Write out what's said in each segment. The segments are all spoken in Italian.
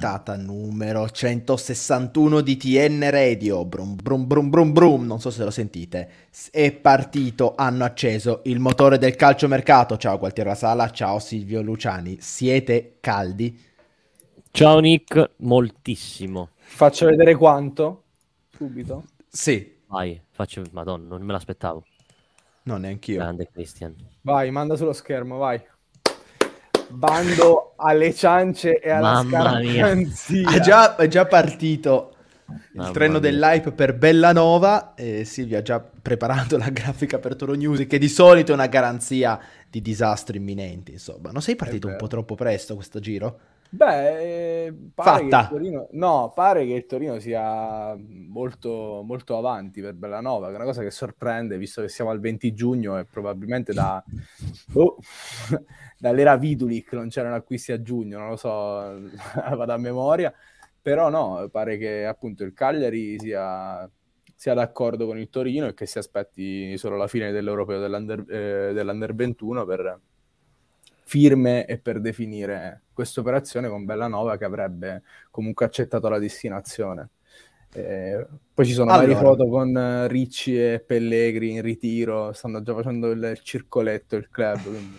puntata numero 161 di TN Radio. Brum brum brum brum brum, non so se lo sentite. È partito, hanno acceso il motore del calciomercato. Ciao Gualtiero La Sala, ciao Silvio Luciani. Siete caldi? Ciao Nick, moltissimo. Faccio vedere quanto, subito. Sì, Vai, faccio... Madonna, non me l'aspettavo. no, neanch'io. Grande Christian. Vai, manda sullo schermo, vai. Bando alle ciance e alla Mamma mia. scarpanzia. È già partito il Mamma treno mia. dell'hype per Bellanova. Silvia ha già preparato la grafica per Toro News, che di solito è una garanzia di disastri imminenti. Insomma, non sei partito un po' troppo presto questo giro? Beh, Fatta. pare che il Torino sia molto, molto avanti per Bellanova, che è una cosa che sorprende, visto che siamo al 20 giugno e probabilmente dall'era Vidulic non c'erano acquisti a giugno, non lo so, vado a memoria, però no, pare che appunto il Cagliari sia d'accordo con il Torino e che si aspetti solo la fine dell'Europeo dell'Under 21 per firme e per definire questa operazione con Bellanova, che avrebbe comunque accettato la destinazione. Poi ci sono varie foto con Ricci e Pellegrini in ritiro, stanno già facendo il circoletto, il club. Quindi.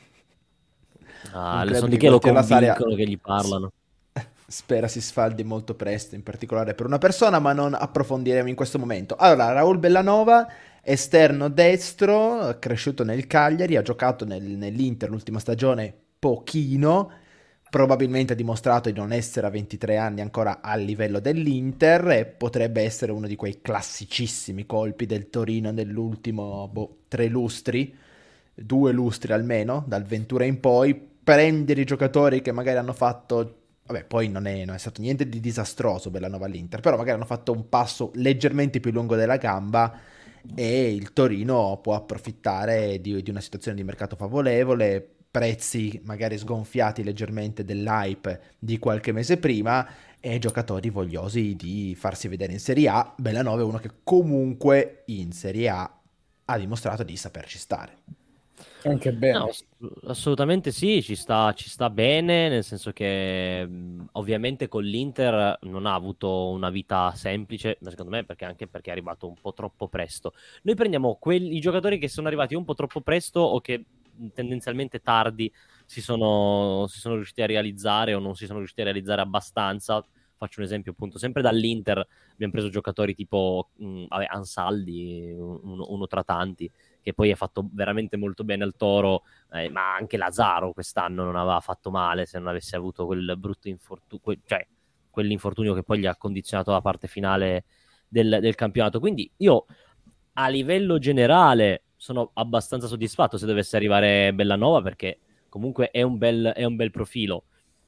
Le sondicche lo convincono che gli parlano. Spera si sfaldi molto presto, in particolare per una persona, ma non approfondiremo in questo momento. Allora, Raul Bellanova, esterno destro, cresciuto nel Cagliari, ha giocato nell'Inter l'ultima stagione pochino, probabilmente ha dimostrato di non essere a 23 anni ancora a livello dell'Inter e potrebbe essere uno di quei classicissimi colpi del Torino nell'ultimo 3 lustri, 2 lustri almeno, dal Ventura in poi, prendere i giocatori che magari hanno fatto... Vabbè, poi non è stato niente di disastroso Bellanova all'Inter, però magari hanno fatto un passo leggermente più lungo della gamba e il Torino può approfittare di una situazione di mercato favorevole, prezzi magari sgonfiati leggermente dell'hype di qualche mese prima e giocatori vogliosi di farsi vedere in Serie A. Bellanova è uno che comunque in Serie A ha dimostrato di saperci stare. Anche bene. No, assolutamente sì, ci sta bene, nel senso che ovviamente con l'Inter non ha avuto una vita semplice, ma secondo me anche perché è arrivato un po' troppo presto. Noi prendiamo i giocatori che sono arrivati un po' troppo presto o che tendenzialmente tardi si sono riusciti a realizzare o non si sono riusciti a realizzare abbastanza. Faccio un esempio appunto, sempre dall'Inter abbiamo preso giocatori tipo Ansaldi, uno tra tanti, che poi ha fatto veramente molto bene al Toro, ma anche Lazzaro quest'anno non aveva fatto male se non avesse avuto quel brutto infortunio, cioè quell'infortunio che poi gli ha condizionato la parte finale del campionato. Quindi io a livello generale sono abbastanza soddisfatto se dovesse arrivare Bellanova, perché comunque è un bel profilo.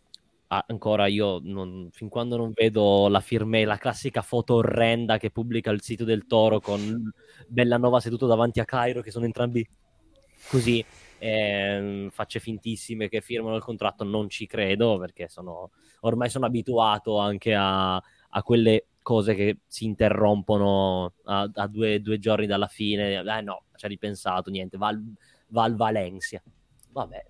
Ancora io fin quando non vedo la classica foto orrenda che pubblica il sito del Toro con Bellanova seduto davanti a Cairo, che sono entrambi così facce fintissime che firmano il contratto, non ci credo, perché ormai sono abituato anche a quelle cose che si interrompono a due giorni dalla fine. No, ci ha ripensato, niente, va al Valencia. Vabbè.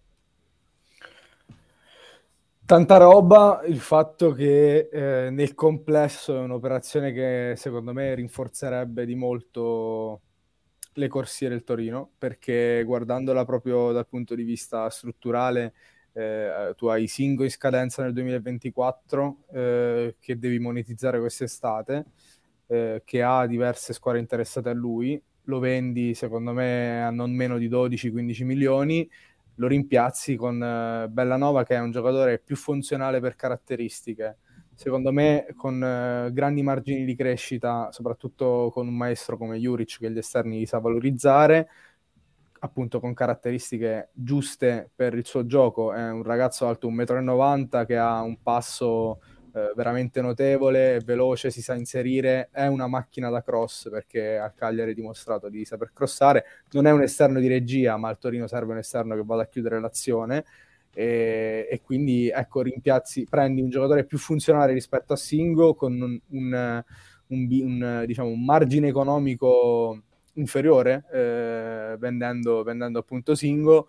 Tanta roba, il fatto che nel complesso è un'operazione che secondo me rinforzerebbe di molto le corsie del Torino, perché guardandola proprio dal punto di vista strutturale, tu hai Singo in scadenza nel 2024 che devi monetizzare quest'estate, che ha diverse squadre interessate a lui, lo vendi secondo me a non meno di 12-15 milioni, lo rimpiazzi con Bellanova, che è un giocatore più funzionale per caratteristiche, secondo me con grandi margini di crescita, soprattutto con un maestro come Juric che gli esterni li sa valorizzare, appunto con caratteristiche giuste per il suo gioco. È un ragazzo alto 1,90 m che ha un passo veramente notevole, è veloce, si sa inserire, è una macchina da cross, perché al Cagliari ha dimostrato di saper crossare. Non è un esterno di regia, ma al Torino serve un esterno che vada a chiudere l'azione, e quindi ecco, prendi un giocatore più funzionale rispetto a Singo, con diciamo, un margine economico inferiore, vendendo appunto Singo,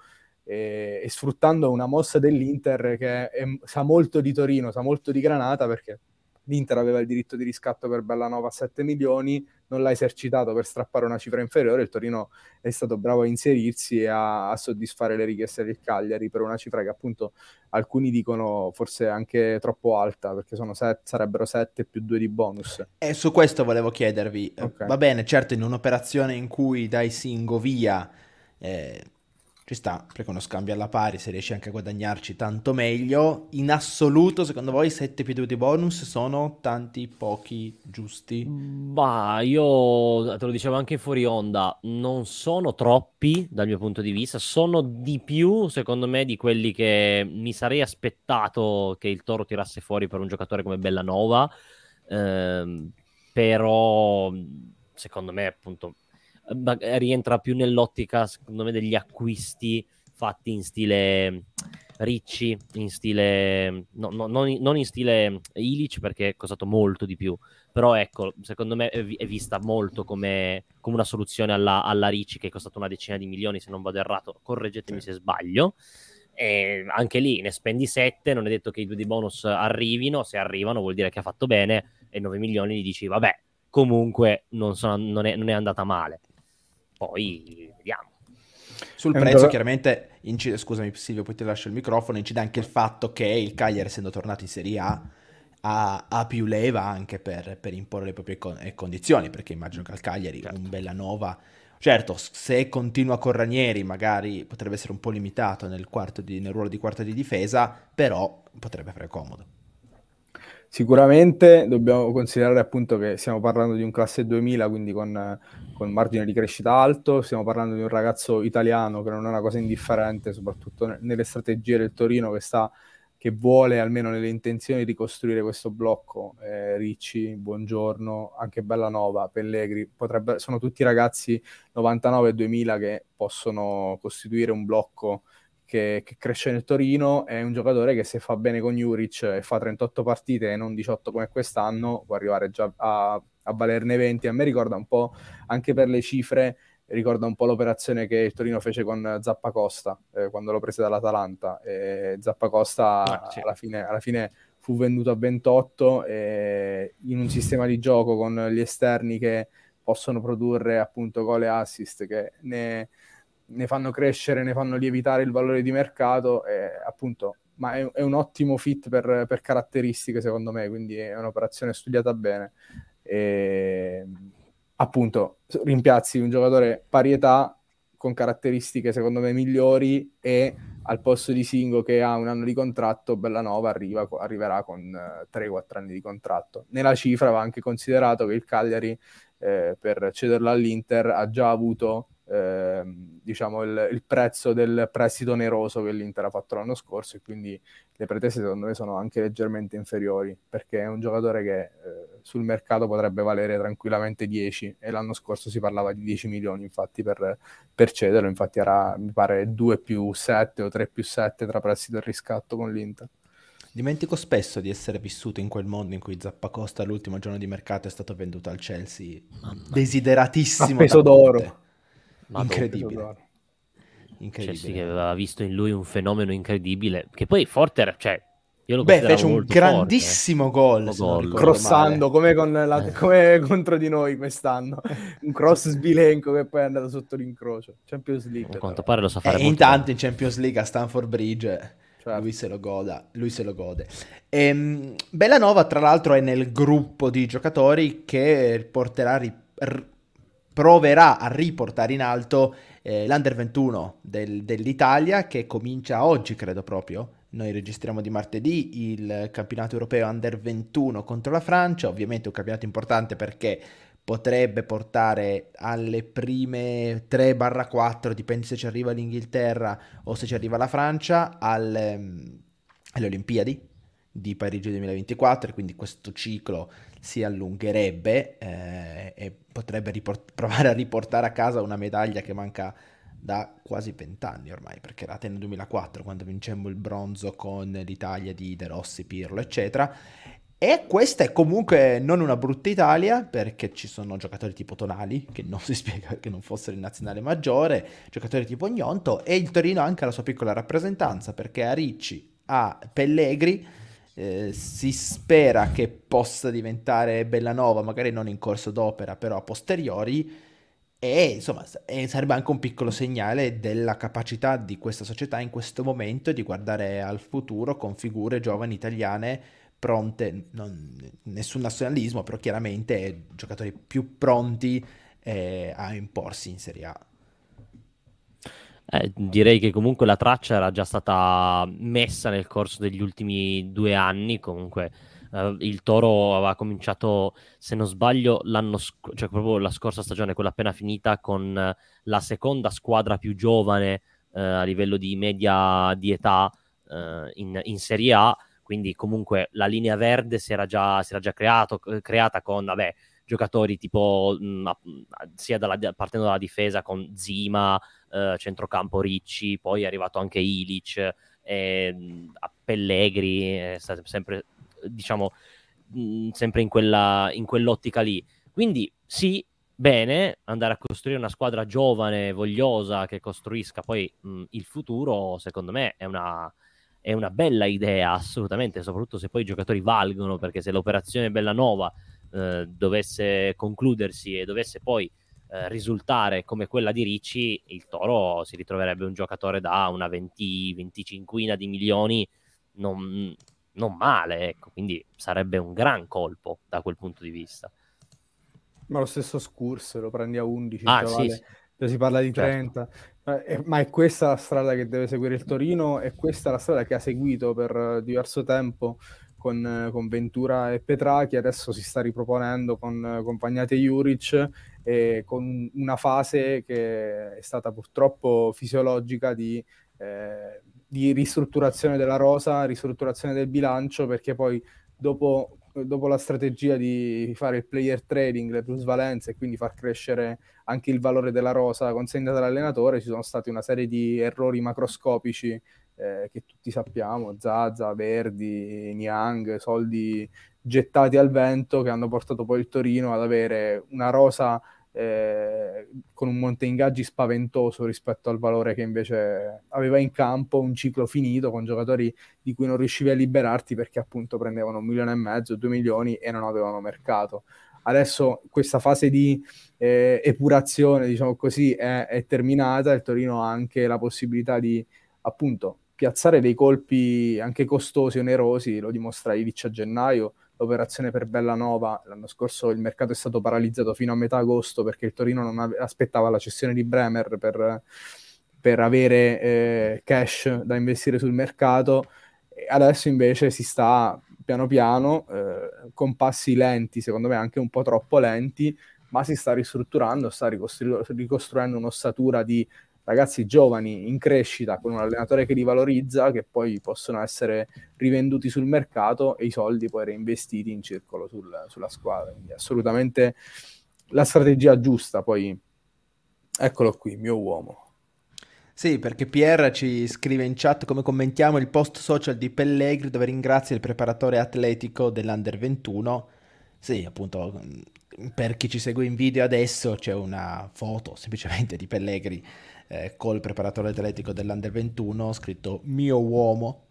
e sfruttando una mossa dell'Inter che sa molto di Torino, sa molto di Granata, perché l'Inter aveva il diritto di riscatto per Bellanova a 7 milioni, non l'ha esercitato per strappare una cifra inferiore, il Torino è stato bravo a inserirsi e a soddisfare le richieste del Cagliari per una cifra che appunto alcuni dicono forse anche troppo alta, perché sarebbero 7 più 2 di bonus. E su questo volevo chiedervi, Ok. va bene, certo in un'operazione in cui dai Singo via, eh, ci sta, perché uno scambio alla pari, se riesci anche a guadagnarci tanto meglio, in assoluto secondo voi 7 più 2 di bonus sono tanti, pochi, giusti? Bah, io te lo dicevo anche fuori onda, non sono troppi dal mio punto di vista, sono di più secondo me di quelli che mi sarei aspettato che il Toro tirasse fuori per un giocatore come Bellanova, ehm, però secondo me appunto rientra più nell'ottica secondo me degli acquisti fatti in stile Ricci, in stile non in stile Ilic perché è costato molto di più, però ecco, secondo me è vista molto come una soluzione alla Ricci che è costata una decina di milioni se non vado errato, correggetemi se sbaglio. E anche lì ne spendi 7, non è detto che i 2 di bonus arrivino, se arrivano vuol dire che ha fatto bene e 9 milioni gli dici vabbè, comunque non è andata male. Poi vediamo. Sul prezzo chiaramente incide, scusami Silvio, poi ti lascio il microfono, incide anche il fatto che il Cagliari, essendo tornato in Serie A, ha più leva anche per imporre le proprie condizioni, perché immagino che al Cagliari Certo. un Bellanova, certo, se continua con Ranieri magari potrebbe essere un po' limitato nel ruolo di quarto di difesa, però potrebbe fare comodo. Sicuramente dobbiamo considerare appunto che stiamo parlando di un classe 2000, quindi con margine di crescita alto, stiamo parlando di un ragazzo italiano che non è una cosa indifferente, soprattutto nelle strategie del Torino che vuole almeno nelle intenzioni di costruire questo blocco. Ricci, Buongiorno, anche Bellanova, Pellegri, sono tutti ragazzi 99 e 2000 che possono costituire un blocco che cresce nel Torino. È un giocatore che se fa bene con Juric e fa 38 partite e non 18 come quest'anno, può arrivare già a valerne 20. A me ricorda un po', anche per le cifre, ricorda un po' l'operazione che il Torino fece con Zappacosta quando lo prese dall'Atalanta. Zappacosta Sì. alla fine fu venduto a 28 in un sistema di gioco con gli esterni che possono produrre appunto gol e assist, che ne fanno crescere, ne fanno lievitare il valore di mercato, appunto, ma è un ottimo fit per caratteristiche secondo me, quindi è un'operazione studiata bene. Appunto, rimpiazzi un giocatore pari età con caratteristiche secondo me migliori e al posto di Singo che ha un anno di contratto, Bellanova arriverà con 3-4 anni di contratto. Nella cifra va anche considerato che il Cagliari per cederlo all'Inter ha già avuto diciamo il prezzo del prestito oneroso che l'Inter ha fatto l'anno scorso, e quindi le pretese secondo me sono anche leggermente inferiori, perché è un giocatore che sul mercato potrebbe valere tranquillamente 10 e l'anno scorso si parlava di 10 milioni infatti per cederlo, infatti era mi pare 2 più 7 o 3 più 7 tra prestito e riscatto con l'Inter. Dimentico spesso di essere vissuto in quel mondo in cui Zappacosta all'ultimo giorno di mercato è stato venduto al Chelsea, desideratissimo A peso da Conte. d'oro. Incredibile. Chelsea che aveva visto in lui un fenomeno incredibile, che poi Forte, cioè, io lo fece consideravo un molto grandissimo gol, se non ricordo crossando male. come contro di noi quest'anno, un cross sbilenco che poi è andato sotto l'incrocio. Champions League, a quanto pare lo sa fare E molto intanto bene. in Champions League a Stamford Bridge certo. lui se lo gode. Bellanova tra l'altro è nel gruppo di giocatori che proverà a riportare in alto l'Under 21 dell'Italia, che comincia oggi, credo proprio. Noi registriamo di martedì il campionato europeo Under 21 contro la Francia, ovviamente un campionato importante perché potrebbe portare alle prime 3/4, dipende se ci arriva l'Inghilterra o se ci arriva la Francia, alle Olimpiadi di Parigi 2024, e quindi questo ciclo si allungherebbe e potrebbe provare a riportare a casa una medaglia che manca da quasi 20 anni ormai, perché era Atene 2004 quando vincemmo il bronzo con l'Italia di De Rossi, Pirlo, eccetera. E questa è comunque non una brutta Italia, perché ci sono giocatori tipo Tonali, che non si spiega che non fossero in nazionale maggiore, giocatori tipo Gnonto, e il Torino ha anche la sua piccola rappresentanza, perché a Ricci, a Pellegri, si spera che possa diventare Bellanova, magari non in corso d'opera, però a posteriori, e insomma sarebbe anche un piccolo segnale della capacità di questa società in questo momento di guardare al futuro con figure giovani italiane pronte, nessun nazionalismo, però chiaramente giocatori più pronti a imporsi in Serie A. Direi che comunque la traccia era già stata messa nel corso degli ultimi 2 anni. Comunque, il Toro aveva cominciato, se non sbaglio, cioè proprio la scorsa stagione, quella appena finita, con la seconda squadra più giovane a livello di media di età in Serie A. Quindi, comunque, la linea verde si era già creata con, vabbè, giocatori tipo sia partendo dalla difesa con Zima, centrocampo Ricci, poi è arrivato anche Ilic, a Pellegri, sempre, diciamo, sempre in quell'ottica lì. Quindi sì, bene, andare a costruire una squadra giovane, vogliosa, che costruisca poi il futuro, secondo me è una bella idea, assolutamente, soprattutto se poi i giocatori valgono, perché se l'operazione Bellanova dovesse concludersi e dovesse poi risultare come quella di Ricci, il Toro si ritroverebbe un giocatore da una 20-25 di milioni, non male, ecco, quindi sarebbe un gran colpo da quel punto di vista. Ma lo stesso Scurs lo prendi a 11, Ah, cioè sì, vale, sì, cioè si parla di certo. 30. Ma è questa la strada che deve seguire il Torino, e questa la strada che ha seguito per diverso tempo con Ventura e Petrachi. Adesso si sta riproponendo con Pagnate e Juric, e con una fase che è stata purtroppo fisiologica di ristrutturazione della rosa, ristrutturazione del bilancio, perché poi dopo la strategia di fare il player trading, le plusvalenze, e quindi far crescere anche il valore della rosa consegnata dall'allenatore, ci sono stati una serie di errori macroscopici che tutti sappiamo: Zaza, Verdi, Niang, soldi gettati al vento, che hanno portato poi il Torino ad avere una rosa con un monte ingaggi spaventoso rispetto al valore che invece aveva in campo, un ciclo finito con giocatori di cui non riuscivi a liberarti, perché appunto prendevano 1,5 milioni, 2 milioni, e non avevano mercato. Adesso questa fase di epurazione, diciamo così, è terminata. Il Torino ha anche la possibilità di, appunto, piazzare dei colpi anche costosi, onerosi. Lo dimostra Ilic a gennaio, l'operazione per Bellanova. L'anno scorso il mercato è stato paralizzato fino a metà agosto, perché il Torino non aspettava la cessione di Bremer per avere cash da investire sul mercato. E adesso invece si sta piano piano, con passi lenti, secondo me anche un po' troppo lenti, ma si sta ristrutturando, sta ricostruendo un'ossatura di ragazzi giovani in crescita, con un allenatore che li valorizza, che poi possono essere rivenduti sul mercato e i soldi poi reinvestiti in circolo sulla squadra. Quindi assolutamente la strategia giusta. Poi eccolo qui, mio uomo. Sì, perché Pierre ci scrive in chat come commentiamo il post social di Pellegri dove ringrazia il preparatore atletico dell'Under 21. Sì, appunto, per chi ci segue in video adesso c'è una foto semplicemente di Pellegri col preparatore atletico dell'Under 21 scritto mio uomo.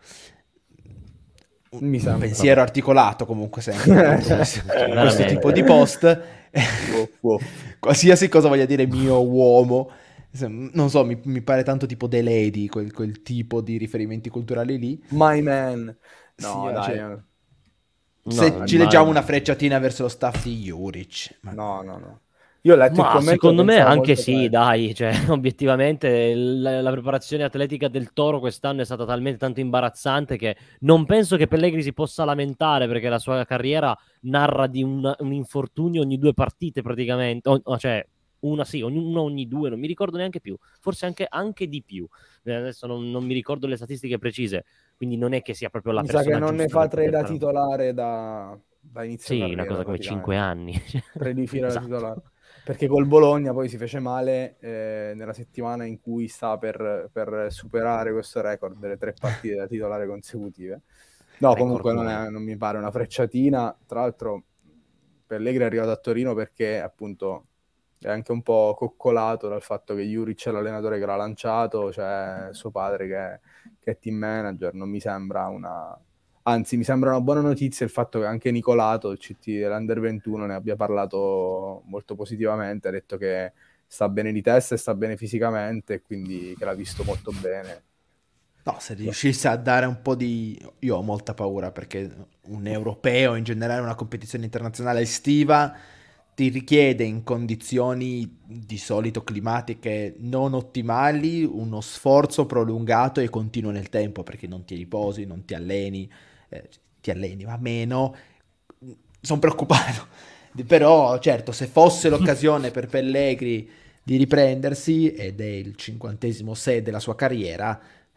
Mi Un sembra. pensiero articolato comunque sempre dentro questo tipo di post. Qualsiasi cosa voglia dire mio uomo. Non so, mi pare tanto tipo The Lady, quel tipo di riferimenti culturali lì. My man. Sì, No, dai. cioè, se No, ci leggiamo una frecciatina verso lo staff di Juric. No. Io ho letto il Ma commento e secondo me pensavo anche molto sì, peggio. dai, cioè, obiettivamente la preparazione atletica del Toro quest'anno è stata talmente tanto imbarazzante che non penso che Pellegrini si possa lamentare, perché la sua carriera narra di un infortunio ogni 2 partite praticamente, cioè una sì, uno ogni 2, non mi ricordo neanche più, forse anche di più. Adesso non mi ricordo le statistiche precise, quindi non è che sia proprio la Mi sa che persona non ne giusta fa per 3 poter da fare. titolare da inizio Sì, una carriera, cosa come 5 praticamente. anni. 3 di fila da Esatto. titolare. Perché col Bologna poi si fece male nella settimana in cui sta per superare questo record delle 3 partite da titolare consecutive. No, record comunque nuovo. non mi pare una frecciatina. Tra l'altro Pellegrini è arrivato a Torino perché appunto è anche un po' coccolato dal fatto che Juric è l'allenatore che l'ha lanciato, c'è suo padre che è team manager. Non mi sembra una... Anzi, mi sembra una buona notizia il fatto che anche Nicolato, il CT dell'Under 21, ne abbia parlato molto positivamente, ha detto che sta bene di testa e sta bene fisicamente, e quindi che l'ha visto molto bene. No, se riuscisse a dare un po' di... Io ho molta paura perché un europeo, in generale una competizione internazionale estiva, ti richiede in condizioni di solito climatiche non ottimali uno sforzo prolungato e continuo nel tempo, perché non ti riposi, non ti alleni, ma meno. Sono preoccupato. Però, certo, se fosse l'occasione per Pellegrini di riprendersi, ed è il 50° set della sua carriera,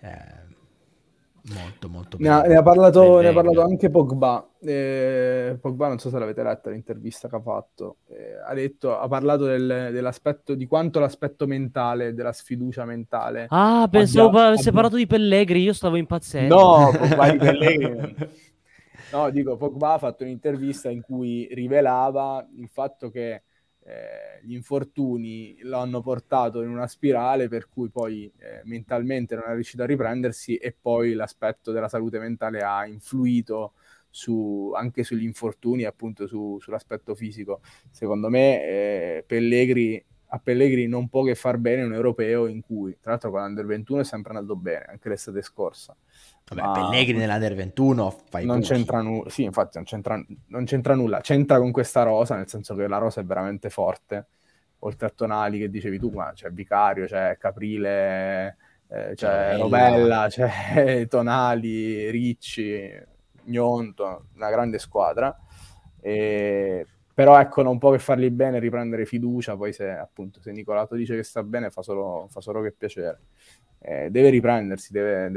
molto molto Ne ha, bene. ne ha parlato, ne ha Pellegrini. parlato anche Pogba. Pogba, non so se l'avete letta l'intervista che ha fatto. Ha parlato dell'aspetto, di quanto l'aspetto mentale, della sfiducia mentale Ah, pensavo avesse parlato di Pellegrini, io stavo impazzendo. No, Pogba di Pellegrini. No, dico, Pogba ha fatto un'intervista in cui rivelava il fatto che gli infortuni lo hanno portato in una spirale per cui poi mentalmente non è riuscito a riprendersi, e poi l'aspetto della salute mentale ha influito anche sugli infortuni e appunto sull'aspetto fisico. Secondo me a Pellegrini non può che far bene un europeo in cui, tra l'altro con l'Under 21 è sempre andato bene, anche l'estate scorsa. Vabbè, Ma Pellegrini nell'Under 21 fa i non buchi. c'entra nulla. Sì, infatti non c'entra nulla. C'entra con questa rosa, nel senso che la rosa è veramente forte. Oltre a Tonali, che dicevi tu, ma c'è Vicario, c'è Caprile, C'è c'è Rovella. Rovella, c'è Tonali, Ricci, Gnonto, una grande squadra. Però ecco, non può che fargli bene riprendere fiducia. Poi se Nicolato dice che sta bene, fa solo che piacere. Deve riprendersi,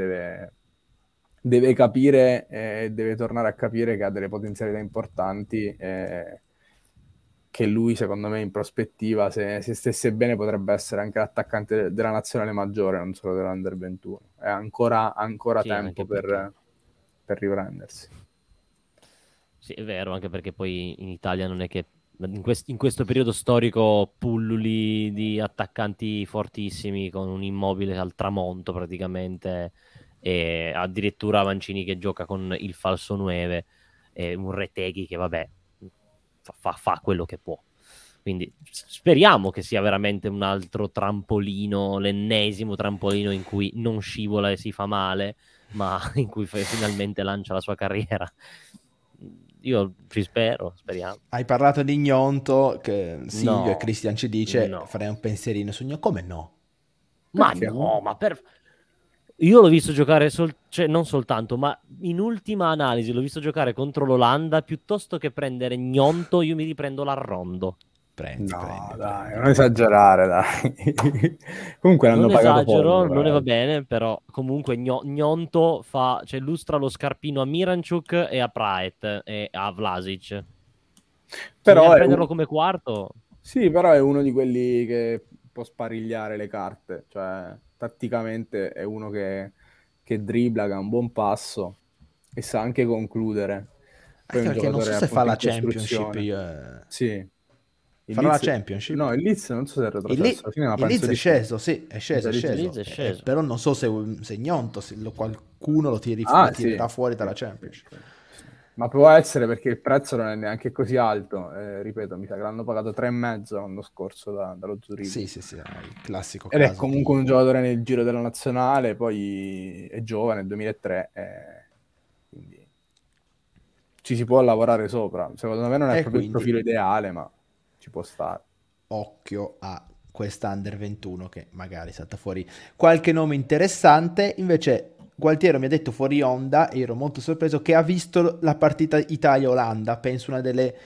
deve capire, deve tornare a capire che ha delle potenzialità importanti, che lui, secondo me, in prospettiva, se stesse bene, potrebbe essere anche l'attaccante della nazionale maggiore, non solo dell'Under 21. È ancora Sì, tempo anche perché... per riprendersi. Sì, è vero, anche perché poi in Italia non è che in questo periodo storico pulluli di attaccanti fortissimi con un Immobile al tramonto praticamente, e addirittura Mancini che gioca con il falso 9 e un Retegui che vabbè fa quello che può. Quindi speriamo che sia veramente un altro trampolino, l'ennesimo trampolino in cui non scivola e si fa male, ma in cui finalmente lancia la sua carriera. Io ci speriamo. Hai parlato di Gnonto, che Silvio e No, Cristian ci dice, no. farei un pensierino su Gnonto. Come no? Ma Perché? no, io l'ho visto giocare, cioè, non soltanto, ma in ultima analisi l'ho visto giocare contro l'Olanda, piuttosto che prendere Gnonto, io mi riprendo l'Arrondo. No, dai, non Prendi. esagerare, dai. Comunque l'hanno Non pagato esagero, poco. non ne va bene, però comunque Gnonto cioè, lustra lo scarpino a Miranchuk e a Praet e a Vlasic. Bisogna Però prenderlo come quarto. sì, però è uno di quelli che può sparigliare le carte, cioè tatticamente è uno che dribbla, che ha un buon passo e sa anche concludere. Poi è Anche un perché non so giocatore se fa appunto la in Championship. costruzione. Sì, il Farà la Leeds, Championship? no, il Leeds non so se è Il, retrocesso, alla Li- fine, ma il penso Leeds è di sì. sceso, sì, è Mi sceso, sa è di sì. Leeds sceso. è sceso. Però non so se Gnonto, qualcuno lo Ah, sì, tirerà fuori sì, dalla sì, Championship. sì, sì. Ma può essere perché il prezzo non è neanche così alto. Ripeto, mi sa che l'hanno pagato 3,5 l'anno scorso dallo Zurigo. Sì, sì, sì, il classico Ed è caso comunque di... un giocatore nel giro della nazionale, poi è giovane, 2003, quindi ci si può lavorare sopra. Secondo me non è E proprio il quindi profilo ideale, ma ci può stare. occhio a questa Under 21 che magari salta fuori qualche nome interessante. Invece Gualtiero mi ha detto fuori onda, e ero molto sorpreso, che ha visto la partita Italia-Olanda, penso una delle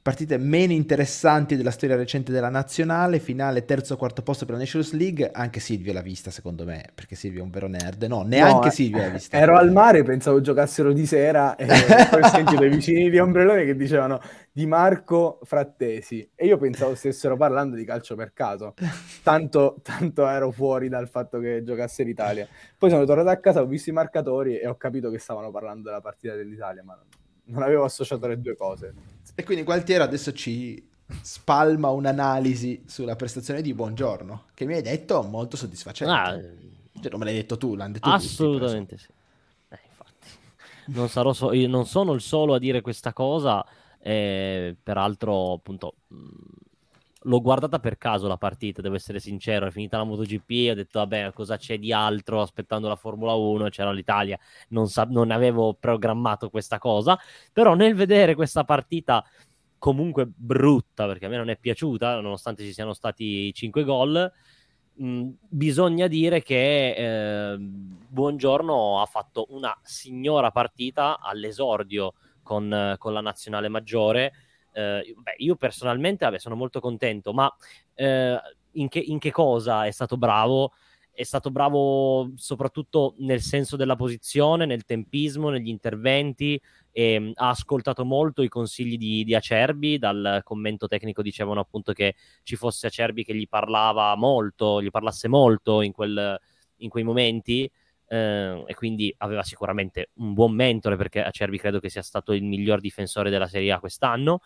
partite meno interessanti della storia recente della nazionale, finale terzo o quarto posto per la Nations League, anche Silvio l'ha vista secondo me, perché Silvio è un vero nerd, no, neanche No, Silvio l'ha vista. ero al mare, pensavo giocassero di sera e poi ho sentito i vicini di ombrellone che dicevano Di Marco Frattesi e io pensavo stessero parlando di calciomercato, tanto ero fuori dal fatto che giocasse l'Italia. Poi sono tornato a casa, ho visto i marcatori e ho capito che stavano parlando della partita dell'Italia, ma non avevo associato le due cose. E quindi Gualtiero adesso ci spalma un'analisi sulla prestazione di Buongiorno, che mi hai detto molto soddisfacente. Ah, Cioè, non me l'hai detto tu, l'hanno detto assolutamente tutti. sì. Infatti, io non sono il solo a dire questa cosa. Peraltro, appunto, l'ho guardata per caso la partita, devo essere sincero. È finita la MotoGP, ho detto, vabbè, cosa c'è di altro aspettando la Formula 1? C'era l'Italia, non avevo programmato questa cosa. Però nel vedere questa partita comunque brutta, perché a me non è piaciuta, nonostante ci siano stati 5 gol, bisogna dire che Buongiorno ha fatto una signora partita all'esordio con la nazionale maggiore. Io personalmente sono molto contento, ma in che cosa è stato bravo? È stato bravo soprattutto nel senso della posizione, nel tempismo, negli interventi, e ha ascoltato molto i consigli di Acerbi. Dal commento tecnico dicevano appunto che ci fosse Acerbi che gli parlasse molto in quei momenti, e quindi aveva sicuramente un buon mentore, perché Acerbi credo che sia stato il miglior difensore della Serie A quest'anno,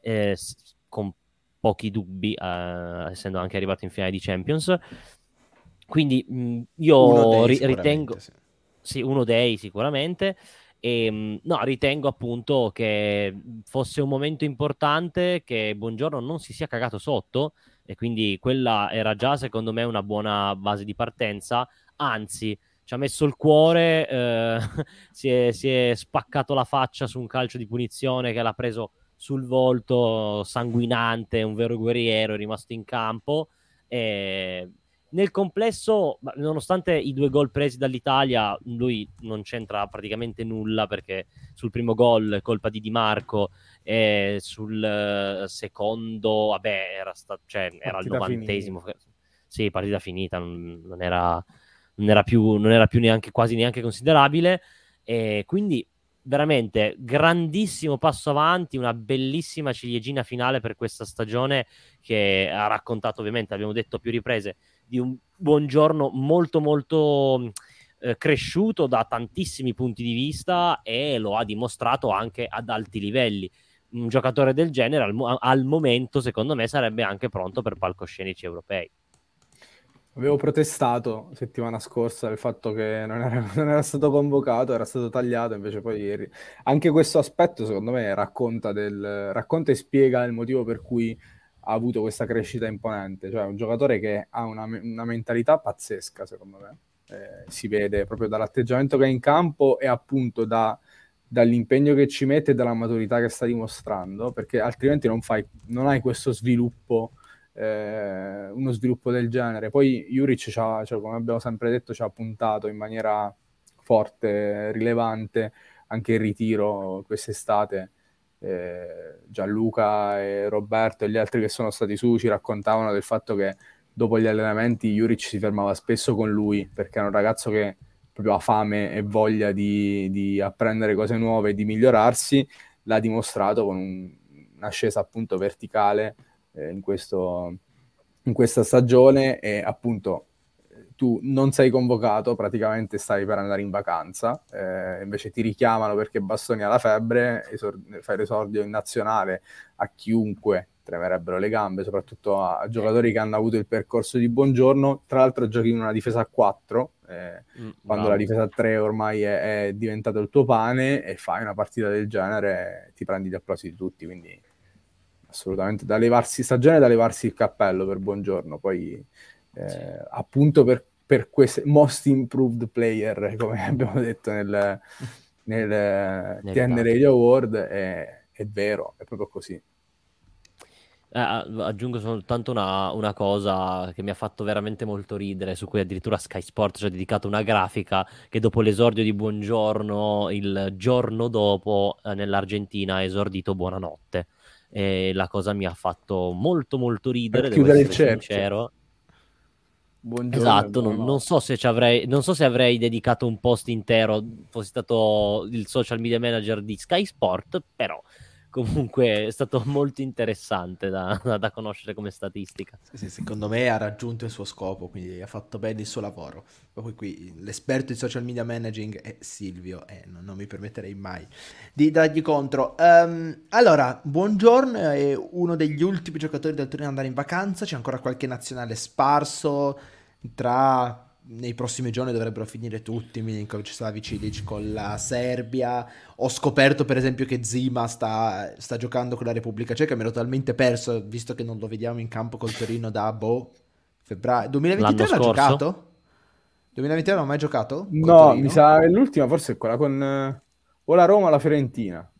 con pochi dubbi, essendo anche arrivato in finale di Champions. Quindi io Uno dei ritengo, sì. sì, uno dei sicuramente. E no, ritengo appunto che fosse un momento importante, che Buongiorno non si sia cagato sotto, e quindi quella era già secondo me una buona base di partenza. Anzi, ci ha messo il cuore, si è spaccato la faccia su un calcio di punizione che l'ha preso sul volto, sanguinante, un vero guerriero, è rimasto in campo. E nel complesso, nonostante i 2 gol presi dall'Italia, lui non c'entra praticamente nulla, perché sul primo gol è colpa di Di Marco, e sul secondo, vabbè, era il 90esimo. Sì, partita finita, non era più neanche, quasi neanche considerabile. E quindi veramente grandissimo passo avanti, una bellissima ciliegina finale per questa stagione, che ha raccontato, ovviamente, abbiamo detto a più riprese, di un Buongiorno molto molto cresciuto da tantissimi punti di vista, e lo ha dimostrato anche ad alti livelli. Un giocatore del genere al momento, secondo me, sarebbe anche pronto per palcoscenici europei. Avevo protestato settimana scorsa del fatto che non era stato convocato, era stato tagliato, invece poi ieri. Anche questo aspetto, secondo me, racconta e spiega il motivo per cui ha avuto questa crescita imponente. Cioè, un giocatore che ha una mentalità pazzesca, secondo me. Si vede proprio dall'atteggiamento che ha in campo e appunto dall'impegno che ci mette e dalla maturità che sta dimostrando, perché altrimenti non hai questo sviluppo, uno sviluppo del genere. Poi Juric come abbiamo sempre detto, ci ha puntato in maniera forte, rilevante, anche il ritiro quest'estate. Gianluca e Roberto e gli altri che sono stati su ci raccontavano del fatto che dopo gli allenamenti Juric si fermava spesso con lui, perché è un ragazzo che proprio ha fame e voglia di apprendere cose nuove e di migliorarsi. L'ha dimostrato con un'ascesa appunto verticale in questa stagione, e appunto tu non sei convocato, praticamente stai per andare in vacanza, invece ti richiamano perché Bastoni ha la febbre, fai l'esordio in nazionale. A chiunque tremerebbero le gambe, soprattutto a giocatori che hanno avuto il percorso di Buongiorno. Tra l'altro giochi in una difesa a 4, quando la difesa a 3 ormai è diventato il tuo pane, e fai una partita del genere, ti prendi gli applausi di tutti, quindi assolutamente stagione da levarsi il cappello per Buongiorno. Poi appunto per questi most improved player, come abbiamo detto nel TN Radio Award, è vero, è proprio così. Aggiungo soltanto una cosa che mi ha fatto veramente molto ridere, su cui addirittura Sky Sport ci ha dedicato una grafica, che dopo l'esordio di Buongiorno, il giorno dopo nell'Argentina ha esordito Buonanotte. e la cosa mi ha fatto molto molto ridere, Per devo chiudere il essere cerchio. sincero. Buongiorno. Esatto, non so se non so se avrei dedicato un post intero, fossi stato il social media manager di Sky Sport, però comunque è stato molto interessante da conoscere come statistica. Sì, secondo me ha raggiunto il suo scopo, quindi ha fatto bene il suo lavoro. Poi qui l'esperto di social media managing è Silvio e non mi permetterei mai di dargli contro. Allora, buongiorno, è uno degli ultimi giocatori del torneo ad andare in vacanza, c'è ancora qualche nazionale sparso, nei prossimi giorni dovrebbero finire tutti, Milinkovic, Cilic con la Serbia. Ho scoperto per esempio che Zima sta giocando con la Repubblica Ceca, mi ero talmente perso, visto che non lo vediamo in campo col Torino da febbraio. L'anno 2023 l'ha scorso? giocato? 2023 non ha mai giocato col No, mi Torino? sa l'ultima forse è quella con o la Roma o la Fiorentina.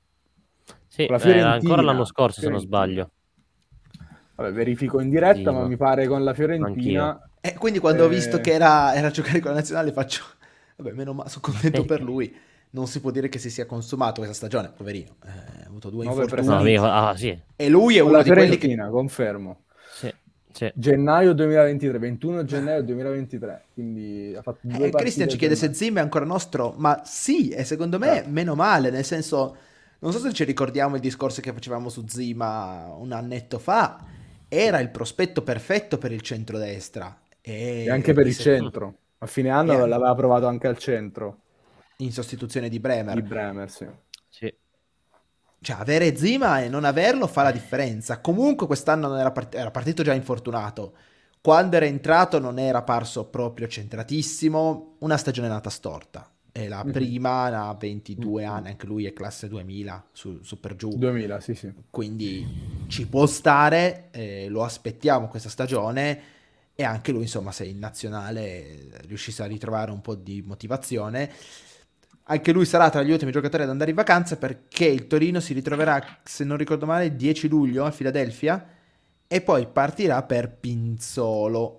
Sì, Con la era ancora l'anno Fiorentina. scorso se non Fiorentina. sbaglio. Vabbè, verifico in diretta, ma Zima, mi pare con la anch'io. Fiorentina. E quindi quando ho visto che era a giocare con la nazionale faccio, vabbè, meno male, sono contento per lui. Non si può dire che si sia consumato questa stagione, poverino. Ha avuto due 9 No, infortuni. sì, E lui è Con uno la di quelli che... Fiorentina, confermo. sì, sì. Gennaio 2023, 21 gennaio 2023, quindi ha fatto 2 partite Christian ci a chiede se gennaio. Zim è ancora nostro, ma sì, e secondo me Certo. meno male, nel senso, non so se ci ricordiamo il discorso che facevamo su Zima un annetto fa, era il prospetto perfetto per il centrodestra. E anche per il centro. A fine anno e- l'aveva provato anche al centro in sostituzione di di Bremer. Bremer, sì. Sì. Cioè, avere Zima e non averlo fa la differenza. Comunque quest'anno non era partito già infortunato. Quando era entrato non era parso proprio centratissimo. Una stagione nata storta. E la prima ha 22 anni, anche lui è classe 2000, su per giù. 2000, sì, sì. Quindi ci può stare, lo aspettiamo questa stagione. E anche lui, insomma, se in nazionale riuscisse a ritrovare un po' di motivazione. Anche lui sarà tra gli ultimi giocatori ad andare in vacanza perché il Torino si ritroverà, se non ricordo male, il 10 luglio a Filadelfia e poi partirà per Pinzolo,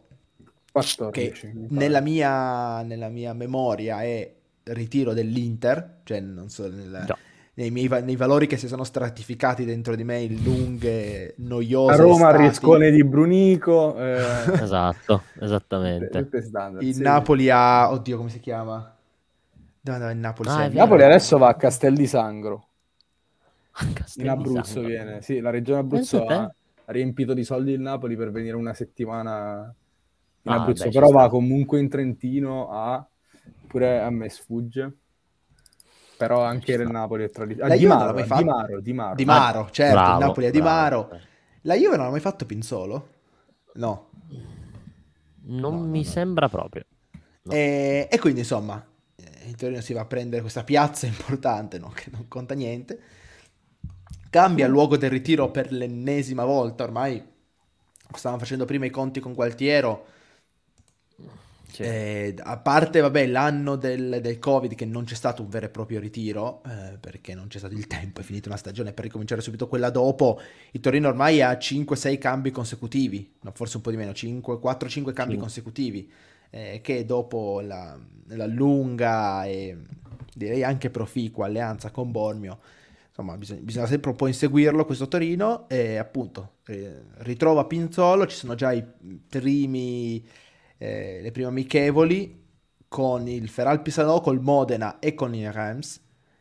che 14, mi nella pare. mia memoria è ritiro dell'Inter, cioè non so, Già. nei valori che si sono stratificati dentro di me in lunghe, A noiose Roma, estati. Riescone di Brunico. Esatto, esattamente. Tutte standard. Il Sì. Napoli a... Oddio, come si chiama? Dove andava il Napoli? Ah, sei è anni vero. Napoli fa? adesso va a Castel di Sangro, in Castel di Abruzzo Sangro. viene. Sì, la regione Pensa a Abruzzo te. ha riempito di soldi il Napoli per venire una settimana in Ah, Abruzzo, beh, ci però va sta. comunque in Trentino pure a me sfugge, però anche Ci il sta. Napoli è La Di Juve non l'ha Maro, mai Di fatto. Maro, Di Maro. Di Ah, Maro, certo, il bravo, Napoli è Di bravo. Maro. La Juve non ha mai fatto Pinzolo? No. Non No, no, mi no. sembra proprio. No. E quindi insomma, il Torino si va a prendere questa piazza importante, no? Che non conta niente. Cambia luogo del ritiro per l'ennesima volta. Ormai stavamo facendo prima i conti con Gualtiero. Sì. A parte, vabbè, l'anno del Covid che non c'è stato un vero e proprio ritiro, perché non c'è stato il tempo, è finita una stagione per ricominciare subito quella dopo, il Torino ormai ha 5-6 cambi consecutivi, no, forse un po' di meno, 4-5 cambi Cin- consecutivi, che dopo la lunga e direi anche proficua alleanza con Bormio, insomma, bisogna sempre un po' inseguirlo questo Torino e appunto ritrova Pinzolo, ci sono già le prime amichevoli con il Feral Pisanò, col Modena e con il Reims.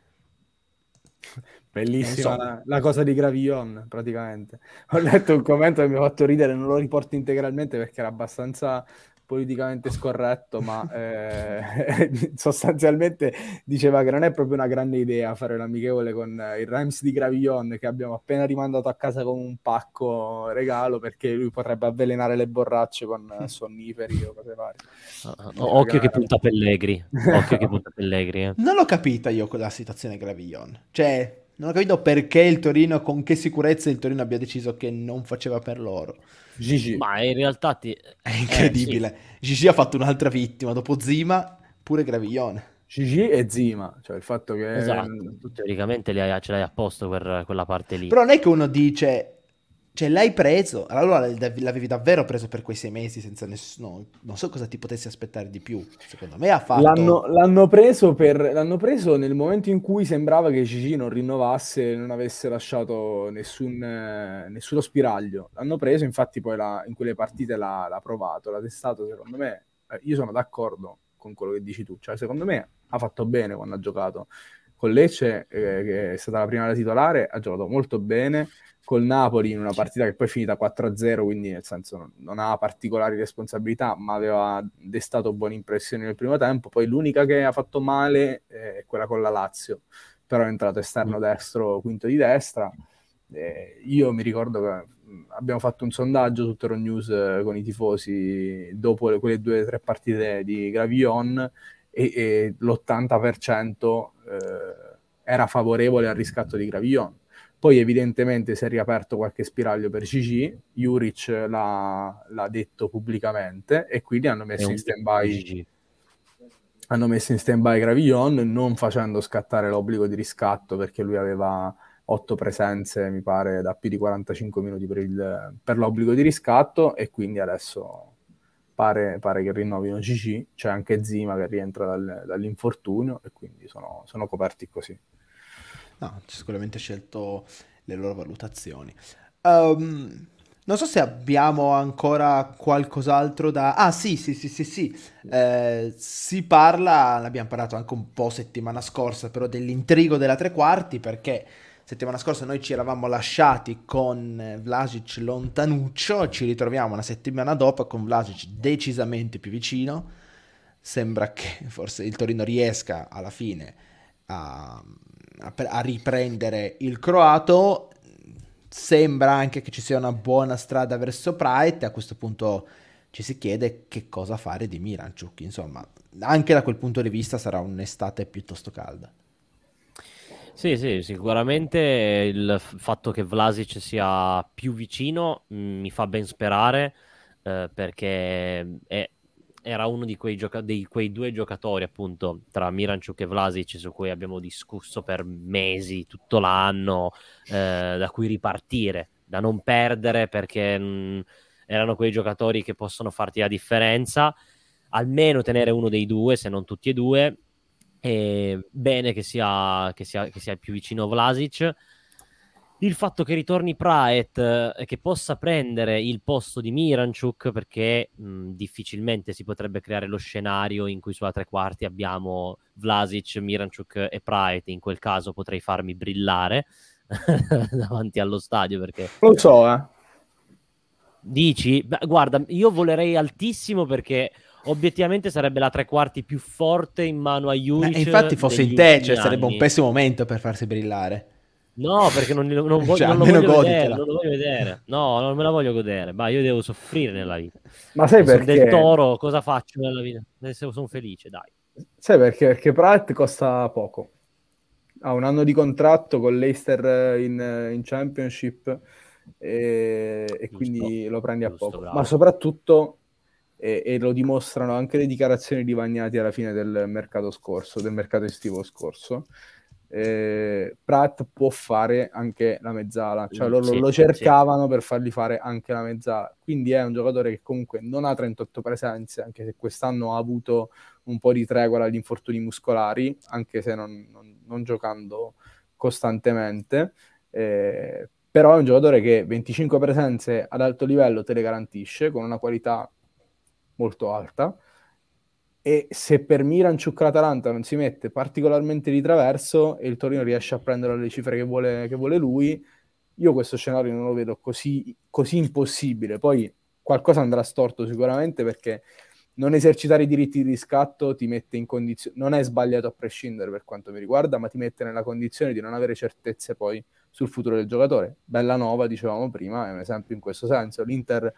Bellissima Insomma. la cosa di Gravillon, praticamente. Ho letto un commento che mi ha fatto ridere, non lo riporto integralmente perché era abbastanza politicamente scorretto, ma sostanzialmente diceva che non è proprio una grande idea fare l'amichevole con il Reims di Gravillon che abbiamo appena rimandato a casa con un pacco regalo perché lui potrebbe avvelenare le borracce con sonniferi o cose varie. Occhio che punta Pellegri. Occhio che punta Pellegri. Non l'ho capita io con la situazione Gravillon. Cioè, non ho capito perché il Torino, con che sicurezza il Torino abbia deciso che non faceva per loro. Gigi. Ma in realtà È incredibile. Gigi ha fatto un'altra vittima, dopo Zima, pure Gravillon. Gigi e Zima, cioè il fatto sì, che esatto. Tu teoricamente ce l'hai a posto per quella parte lì. Però non è che uno dice, Cioè, l'hai preso, allora l'avevi davvero preso per quei 6 mesi senza nessuno, non so cosa ti potessi aspettare di più. Secondo me ha fatto... L'hanno preso nel momento in cui sembrava che Gigi non rinnovasse e non avesse lasciato nessuno spiraglio. L'hanno preso, infatti poi in quelle partite l'ha provato, l'ha testato, secondo me. Io sono d'accordo con quello che dici tu. Cioè, secondo me ha fatto bene quando ha giocato. Con Lecce, che è stata la prima da titolare, ha giocato molto bene. Col Napoli in una partita che poi è finita 4-0, quindi nel senso non ha particolari responsabilità, ma aveva destato buone impressioni nel primo tempo. Poi l'unica che ha fatto male è quella con la Lazio, però è entrato esterno destro, quinto di destra. Io mi ricordo che abbiamo fatto un sondaggio su Euronews con i tifosi dopo quelle 2 o 3 partite di Gravillon e l'80% era favorevole al riscatto di Gravillon. Poi evidentemente si è riaperto qualche spiraglio per Gigi, Juric l'ha detto pubblicamente e quindi hanno messo in stand-by Gravillon, non facendo scattare l'obbligo di riscatto perché lui aveva 8 presenze, mi pare, da più di 45 minuti per l'obbligo di riscatto, e quindi adesso pare che rinnovino Gigi. C'è anche Zima che rientra dall'infortunio e quindi sono coperti così. No, sicuramente scelto le loro valutazioni. Non so se abbiamo ancora qualcos'altro da... Ah, sì. Si parla, l'abbiamo parlato anche un po' settimana scorsa, però dell'intrigo della tre quarti, perché settimana scorsa noi ci eravamo lasciati con Vlasic lontanuccio, ci ritroviamo una settimana dopo con Vlasic decisamente più vicino. Sembra che forse il Torino riesca alla fine a riprendere il croato. Sembra anche che ci sia una buona strada verso Pride. A questo punto ci si chiede che cosa fare di Miranchuk. Insomma, anche da quel punto di vista sarà un'estate piuttosto calda. Sì, sicuramente il fatto che Vlasic sia più vicino mi fa ben sperare, perché era uno di quei 2 giocatori, appunto, tra Miranchuk e Vlasic, su cui abbiamo discusso per mesi, tutto l'anno, da cui ripartire, da non perdere, perché erano quei giocatori che possono farti la differenza, almeno tenere uno dei 2, se non tutti e 2. È bene che sia più vicino Vlasic. Il fatto che ritorni Praet e che possa prendere il posto di Miranchuk, perché difficilmente si potrebbe creare lo scenario in cui sulla tre quarti abbiamo Vlasic, Miranchuk e Praet. In quel caso potrei farmi brillare davanti allo stadio, perché Lo so, dici? Beh, guarda, io volerei altissimo, perché obiettivamente sarebbe la tre quarti più forte in mano a E Juric infatti fosse degli in te, ultimi cioè sarebbe un anni. pessimo momento per farsi brillare. No, perché non Cioè, lo almeno voglio vedere, goditela. non lo voglio vedere. No, non me la voglio godere. Ma io devo soffrire nella vita. ma sai Sono del perché? Toro, cosa faccio nella vita? Adesso sono felice, dai. Sai perché? Perché Pratt costa poco. Ha un anno di contratto con l'Leicester in Championship e Giusto, quindi lo prendi a giusto, poco. Ma bravo. soprattutto, e lo dimostrano anche le dichiarazioni di Vagnati alla fine del mercato scorso, del mercato estivo scorso, Pratt può fare anche la mezzala, cioè loro Sì, lo sì. cercavano per fargli fare anche la mezzala, quindi è un giocatore che comunque non ha 38 presenze, anche se quest'anno ha avuto un po' di tregua dagli infortuni muscolari, anche se non giocando costantemente, però è un giocatore che 25 presenze ad alto livello te le garantisce, con una qualità molto alta, e se per Miranchuk l'Atalanta non si mette particolarmente di traverso e il Torino riesce a prendere le cifre che vuole lui, io questo scenario non lo vedo così impossibile. Poi qualcosa andrà storto sicuramente, perché non esercitare i diritti di riscatto ti mette in condizione, non è sbagliato a prescindere per quanto mi riguarda, ma ti mette nella condizione di non avere certezze poi sul futuro del giocatore. Bellanova, dicevamo prima, è un esempio in questo senso. L'Inter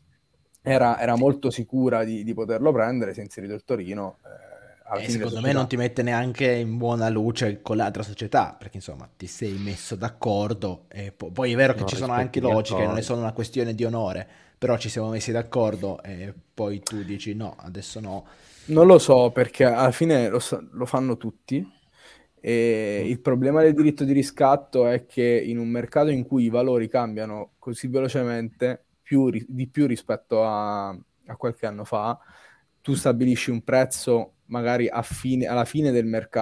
era molto sicura di poterlo prendere, si è inserito il Torino, alla E fine le secondo me non società. ti mette neanche in buona luce con l'altra società, perché insomma ti sei messo d'accordo e poi è vero che Non ci sono anche rispetti gli logiche, non è accordi. solo una questione di onore, però ci siamo messi d'accordo e poi tu dici no, adesso no. Non lo so, perché alla fine lo fanno tutti E il problema del diritto di riscatto è che in un mercato in cui i valori cambiano così velocemente, di più rispetto a qualche anno fa, tu stabilisci un prezzo magari alla fine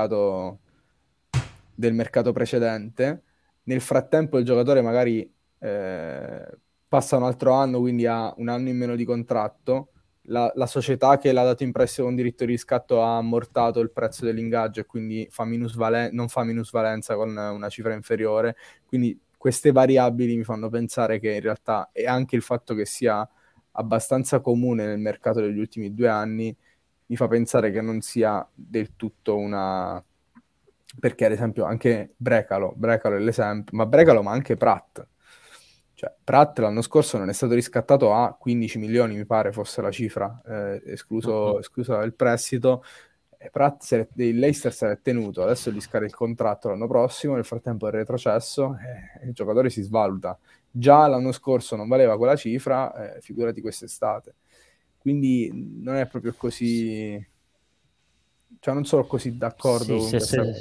del mercato precedente. Nel frattempo il giocatore magari passa un altro anno, quindi ha un anno in meno di contratto. La società che l'ha dato in prestito con diritto di riscatto ha ammortato il prezzo dell'ingaggio e quindi non fa minusvalenza con una cifra inferiore. Quindi queste variabili mi fanno pensare che in realtà, e anche il fatto che sia abbastanza comune nel mercato degli ultimi 2 anni, mi fa pensare che non sia del tutto una... Perché ad esempio anche Brecalo è l'esempio, ma anche Pratt. Cioè, Pratt l'anno scorso non è stato riscattato a 15 milioni, mi pare fosse la cifra, escluso il prestito. E Pratt, il Leicester se l'è tenuto, adesso gli scade il contratto l'anno prossimo, nel frattempo è retrocesso e il giocatore si svaluta. Già l'anno scorso non valeva quella cifra, figurati quest'estate. Quindi non è proprio così... Cioè non sono così d'accordo con questa cosa.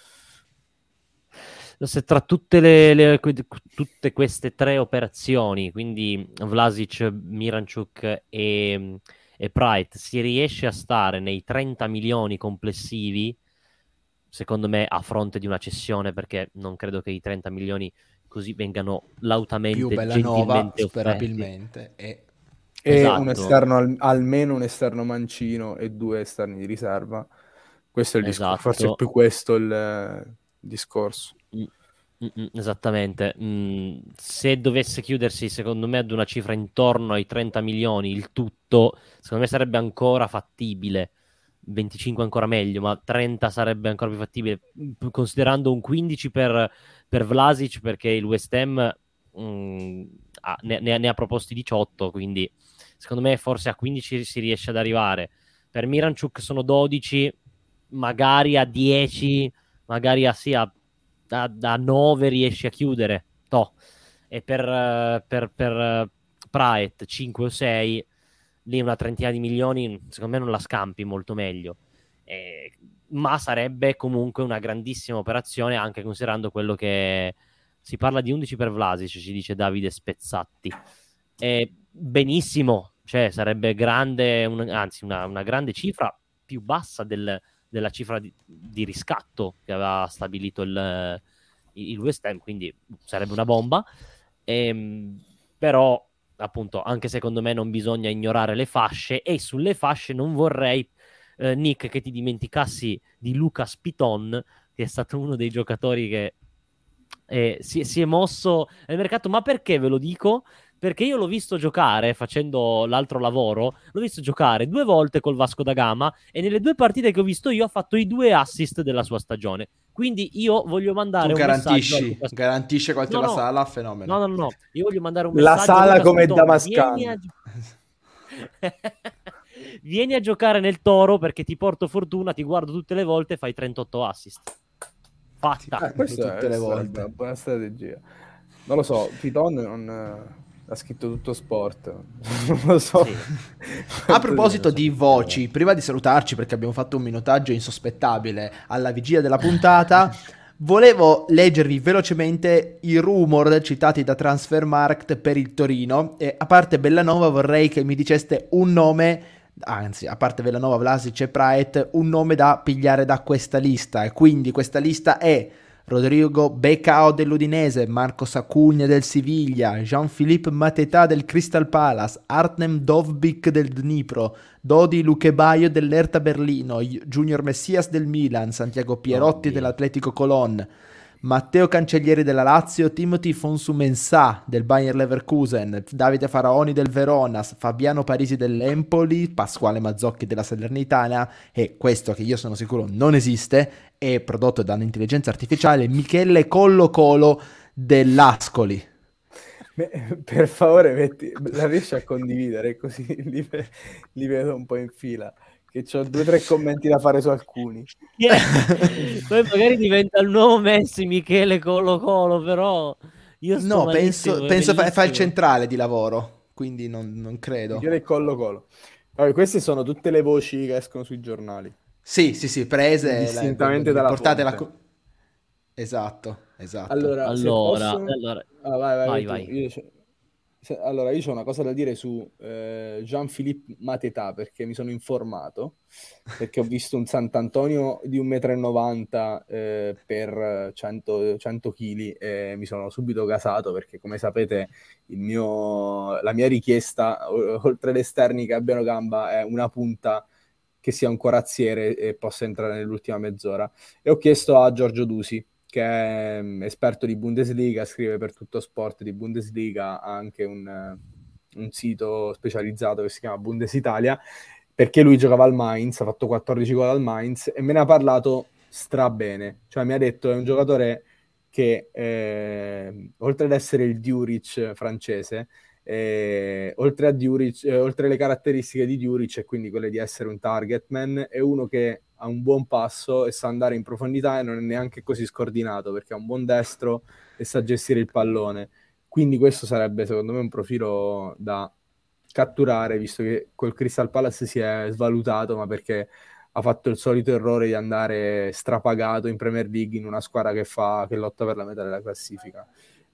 Se tra tutte queste tre operazioni, quindi Vlasic, Miranchuk e Praet, si riesce a stare nei 30 milioni complessivi, secondo me, a fronte di una cessione, perché non credo che i 30 milioni così vengano lautamente, più Bellanova, gentilmente sperabilmente, offerti. E Esatto. un esterno, almeno un esterno mancino e 2 esterni di riserva. Questo è il discorso, forse è più questo il discorso. Esattamente. Se dovesse chiudersi, secondo me, ad una cifra intorno ai 30 milioni il tutto, secondo me sarebbe ancora fattibile. 25 ancora meglio, ma 30 sarebbe ancora più fattibile, considerando un 15 per Vlasic, perché il West Ham ne ha proposti 18, quindi secondo me forse a 15 si riesce ad arrivare. Per Miranchuk sono 12, magari a 10, magari a 9 riesci a chiudere. E per Praet 5 o 6, lì una trentina di milioni secondo me non la scampi molto meglio, ma sarebbe comunque una grandissima operazione, anche considerando quello che si parla di 11 per Vlasic, ci dice Davide Spezzatti. Benissimo, cioè sarebbe grande, anzi una grande cifra, più bassa della cifra di riscatto che aveva stabilito il West Ham, quindi sarebbe una bomba. Però appunto anche secondo me non bisogna ignorare le fasce, e sulle fasce non vorrei, Nick, che ti dimenticassi di Lucas Piton, che è stato uno dei giocatori che si è mosso nel mercato. Ma perché ve lo dico? Perché io l'ho visto giocare facendo l'altro lavoro, l'ho visto giocare 2 volte col Vasco da Gama, e nelle 2 partite che ho visto io ha fatto i 2 assist della sua stagione. Quindi io voglio mandare un messaggio a Lucas... garantisce qualche la sala, fenomeno. No, io voglio mandare un messaggio la sala a Lucas come Piton. Damascano. Vieni a giocare nel Toro, perché ti porto fortuna, ti guardo tutte le volte e fai 38 assist. Fatta. Questa tutte le volte. Una buona strategia. Non lo so, Piton non ha scritto tutto sport. Non lo so. Sì. A proposito di voci, prima di salutarci, perché abbiamo fatto un minutaggio insospettabile alla vigilia della puntata, volevo leggervi velocemente i rumor citati da Transfermarkt per il Torino, e a parte Bellanova vorrei che mi diceste un nome, anzi a parte Bellanova, Vlasic e Praet, un nome da pigliare da questa lista. E quindi questa lista è Rodrigo Becao dell'Udinese, Marcos Acugna del Siviglia, Jean-Philippe Mateta del Crystal Palace, Artem Dovbyk del Dnipro, Dodi Luquebaio dell'Hertha Berlino, Junior Messias del Milan, Santiago Pierotti dell'Atletico Colón, Matteo Cancellieri della Lazio, Timothy Fonsu-Mensah del Bayer Leverkusen, Davide Faraoni del Verona, Fabiano Parisi dell'Empoli, Pasquale Mazzocchi della Salernitana, e questo che io sono sicuro non esiste, è prodotto da un'intelligenza artificiale, Michele Collocolo dell'Ascoli. Per favore, la riesci a condividere, così li vedo un po' in fila, che ho 2 o 3 commenti da fare su alcuni. Poi magari diventa il nuovo Messi, Michele Colo, però io sto penso fa il centrale di lavoro, quindi non credo. Michele Colo. Vabbè, queste sono tutte le voci che escono sui giornali. Sì, prese distintamente dalla portate fonte. Esatto, esatto. Allora, se Allora, posso... allora, Ah, vai vai, tu. vai. Allora, io ho una cosa da dire su Jean-Philippe Mateta, perché mi sono informato, perché ho visto un Sant'Antonio di 1,90 m per 100 kg e mi sono subito gasato, perché come sapete la mia richiesta, oltre agli esterni che abbiano gamba, è una punta che sia un corazziere e possa entrare nell'ultima mezz'ora. E ho chiesto a Giorgio Dusi, che è esperto di Bundesliga, scrive per Tutto Sport di Bundesliga, ha anche un sito specializzato che si chiama Bundesitalia, perché lui giocava al Mainz, ha fatto 14 gol al Mainz e me ne ha parlato strabene. Cioè mi ha detto è un giocatore che oltre ad essere il Djuric francese, oltre a Djuric, oltre alle caratteristiche di Djuric e quindi quelle di essere un target man, è uno che ha un buon passo e sa andare in profondità e non è neanche così scordinato perché ha un buon destro e sa gestire il pallone. Quindi questo sarebbe secondo me un profilo da catturare, visto che col Crystal Palace si è svalutato, ma perché ha fatto il solito errore di andare strapagato in Premier League in una squadra che lotta per la metà della classifica.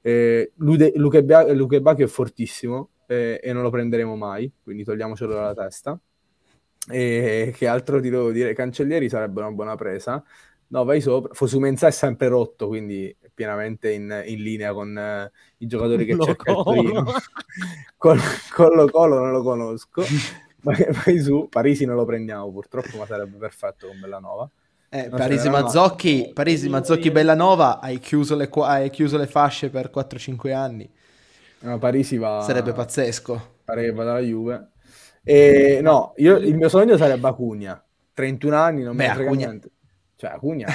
Luke Bacchio è fortissimo e non lo prenderemo mai, quindi togliamocelo dalla testa. E che altro ti devo dire? Cancellieri sarebbe una buona presa. No, vai sopra. Fosu-Mensah è sempre rotto, quindi è pienamente in linea con i giocatori che cerca il Torino. Colo-Colo non lo conosco. Vai su. Parisi non lo prendiamo purtroppo, ma sarebbe perfetto con Bellanova. Non ce Parisi n'era una. Mazzocchi Bellanova, hai chiuso le fasce per 4-5 anni. No, Parisi Sarebbe va. pazzesco. Pare che vada alla Juve. E no, il mio sogno sarebbe Acuna. 31 anni, non me Beh, ne frega Acuna... niente. Cioè, Acuna,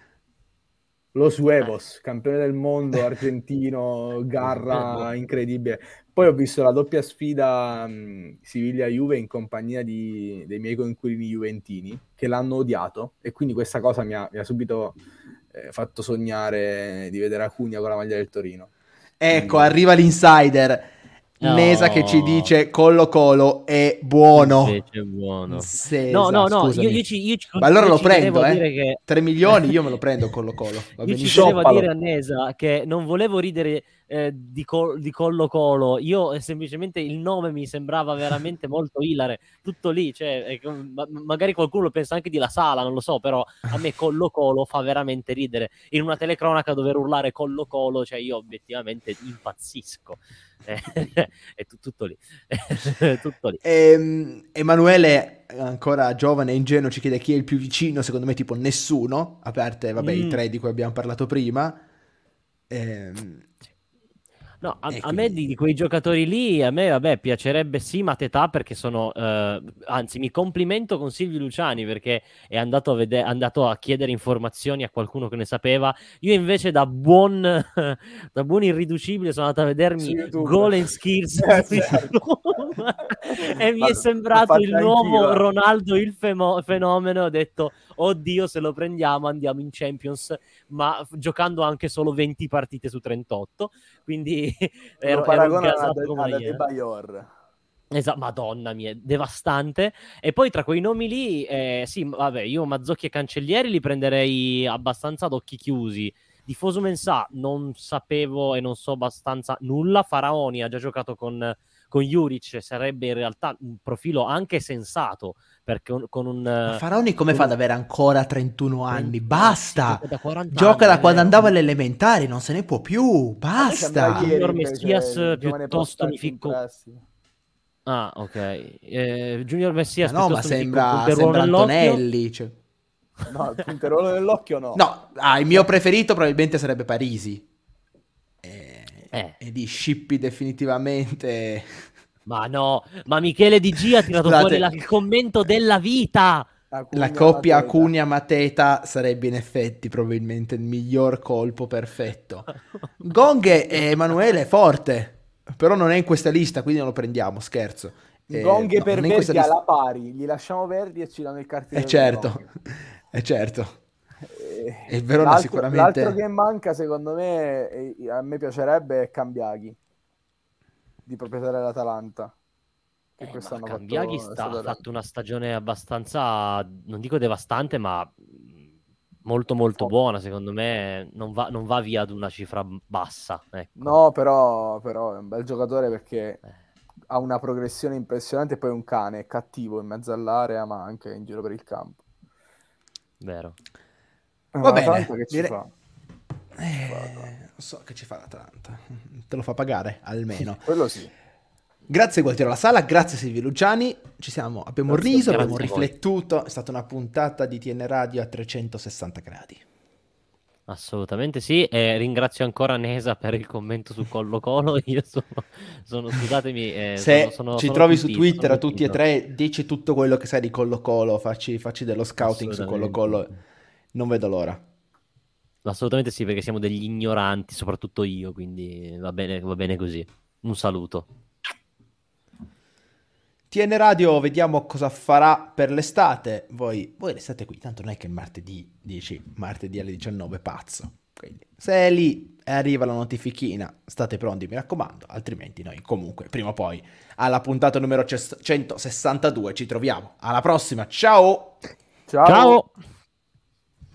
Los Huevos, campione del mondo, argentino, garra incredibile. Poi ho visto la doppia sfida Siviglia-Juve in compagnia dei miei coinquilini juventini, che l'hanno odiato, e quindi questa cosa mi ha subito fatto sognare di vedere Acuna con la maglia del Torino. Ecco, Quindi arriva l'insider. Nesa che ci No, dice Collo Colo è buono. invece è buono. No, Sesa, no, no, io, scusami. io ci, io ci- Ma allora io lo ci tenevo prendo, a eh. dire che 3 milioni io me lo prendo Collo Colo. Va io ci benissimo. tenevo a dire a scioppalo. Nesa che non volevo ridere di Collo Colo, io semplicemente il nome mi sembrava veramente molto ilare, tutto lì, cioè, magari qualcuno lo pensa anche di La Sala, non lo so, però a me Collo Colo fa veramente ridere. In una telecronaca dover urlare Collo Colo, cioè io obiettivamente impazzisco. È tutto lì. Tutto lì. Emanuele, ancora giovane e ingenuo, ci chiede chi è il più vicino. Secondo me, tipo nessuno, a parte vabbè, i 3 di cui abbiamo parlato prima. No, E a me quindi di quei giocatori lì, a me vabbè, piacerebbe sì Mateta perché sono, anzi mi complimento con Silvio Luciani perché è andato è andato a chiedere informazioni a qualcuno che ne sapeva. Io invece da buon, da buon irriducibile sono andato a Su vedermi YouTube. Goal and Skills su Certo. YouTube e mi è L'ho sembrato il fatta nuovo anch'io. Ronaldo, il fenomeno. Ho detto, oddio, se lo prendiamo andiamo in Champions, ma giocando anche solo 20 partite su 38. Quindi Lo ero paragonano gasato come una ad iena. Adebayor. Esatto, Madonna mia, devastante. E poi tra quei nomi lì, sì, vabbè, io Mazzocchi e Cancellieri li prenderei abbastanza ad occhi chiusi. Di Fosu-Mensah non sapevo e non so abbastanza nulla. Faraoni ha già giocato con Juric, sarebbe in realtà un profilo anche sensato, perché con ma un... Faraoni come con fa ad un avere ancora 31 anni? sì, Basta! gioca da 40 Gioca anni, da è quando vero. andava alle elementari, non se ne può più. A me sembra Basta! ieri Junior invece Messias il giovane piuttosto mi prospetto in ficco... prestito. Ah, ok. Junior Ma Messias no, ma piuttosto mi ficco un sembra, punteruolo sembra nell'occhio. Antonelli. Cioè. No, il punteruolo nell'occhio no. No, il mio preferito probabilmente sarebbe Parisi. E di Scippi definitivamente. Ma no, ma Michele Di G ha tirato fuori Scusate, il commento della vita. la Acuna coppia Mateta. Acuna-Mateta sarebbe in effetti probabilmente il miglior colpo perfetto. Gong e Emanuele è forte, però non è in questa lista, quindi non lo prendiamo, scherzo. Gonghe No, per non è in questa Verdi lista. alla pari. Gli lasciamo Verdi e ci danno il È cartellino di certo, Gonghe. è certo. E il Verona L'altro che sicuramente... manca, secondo me, a me piacerebbe è Cambiaghi, di proprietà dell'Atalanta, che Ma quest'anno Cambiaghi è ha stato fatto una stagione abbastanza, non dico devastante, ma molto molto buona, secondo me non va via ad una cifra bassa, ecco. No, però è un bel giocatore perché ha una progressione impressionante e poi è un cane, è cattivo in mezzo all'area ma anche in giro per il campo. Vero. Va L'Atalanta bene, che ci fa? non so che ci fa l'Atalanta. Te lo fa pagare, almeno. Quello sì. Grazie Gualtiero La Sala, grazie Silvio Luciani. Abbiamo Grazie riso, a voi. abbiamo Grazie a voi. riflettuto. È stata una puntata di TN Radio a 360 gradi. Assolutamente sì, e ringrazio ancora Nesa per il commento su Collo Colo. Io scusatemi, Se ci sono trovi su pentito, Twitter sono a tutti e pentito. tre, dici tutto quello che sai di Collo Colo, facci dello scouting su Collo Colo. Assolutamente. Non vedo l'ora. Assolutamente sì, perché siamo degli ignoranti, soprattutto io, quindi va bene così. Un saluto. TN Radio, vediamo cosa farà per l'estate. Voi restate qui, tanto non è che martedì 10, martedì alle 19, pazzo. Quindi, se è lì e arriva la notifichina, state pronti, mi raccomando. Altrimenti noi comunque, prima o poi, alla puntata numero 162 ci troviamo. Alla prossima, ciao! Ciao. Ciao!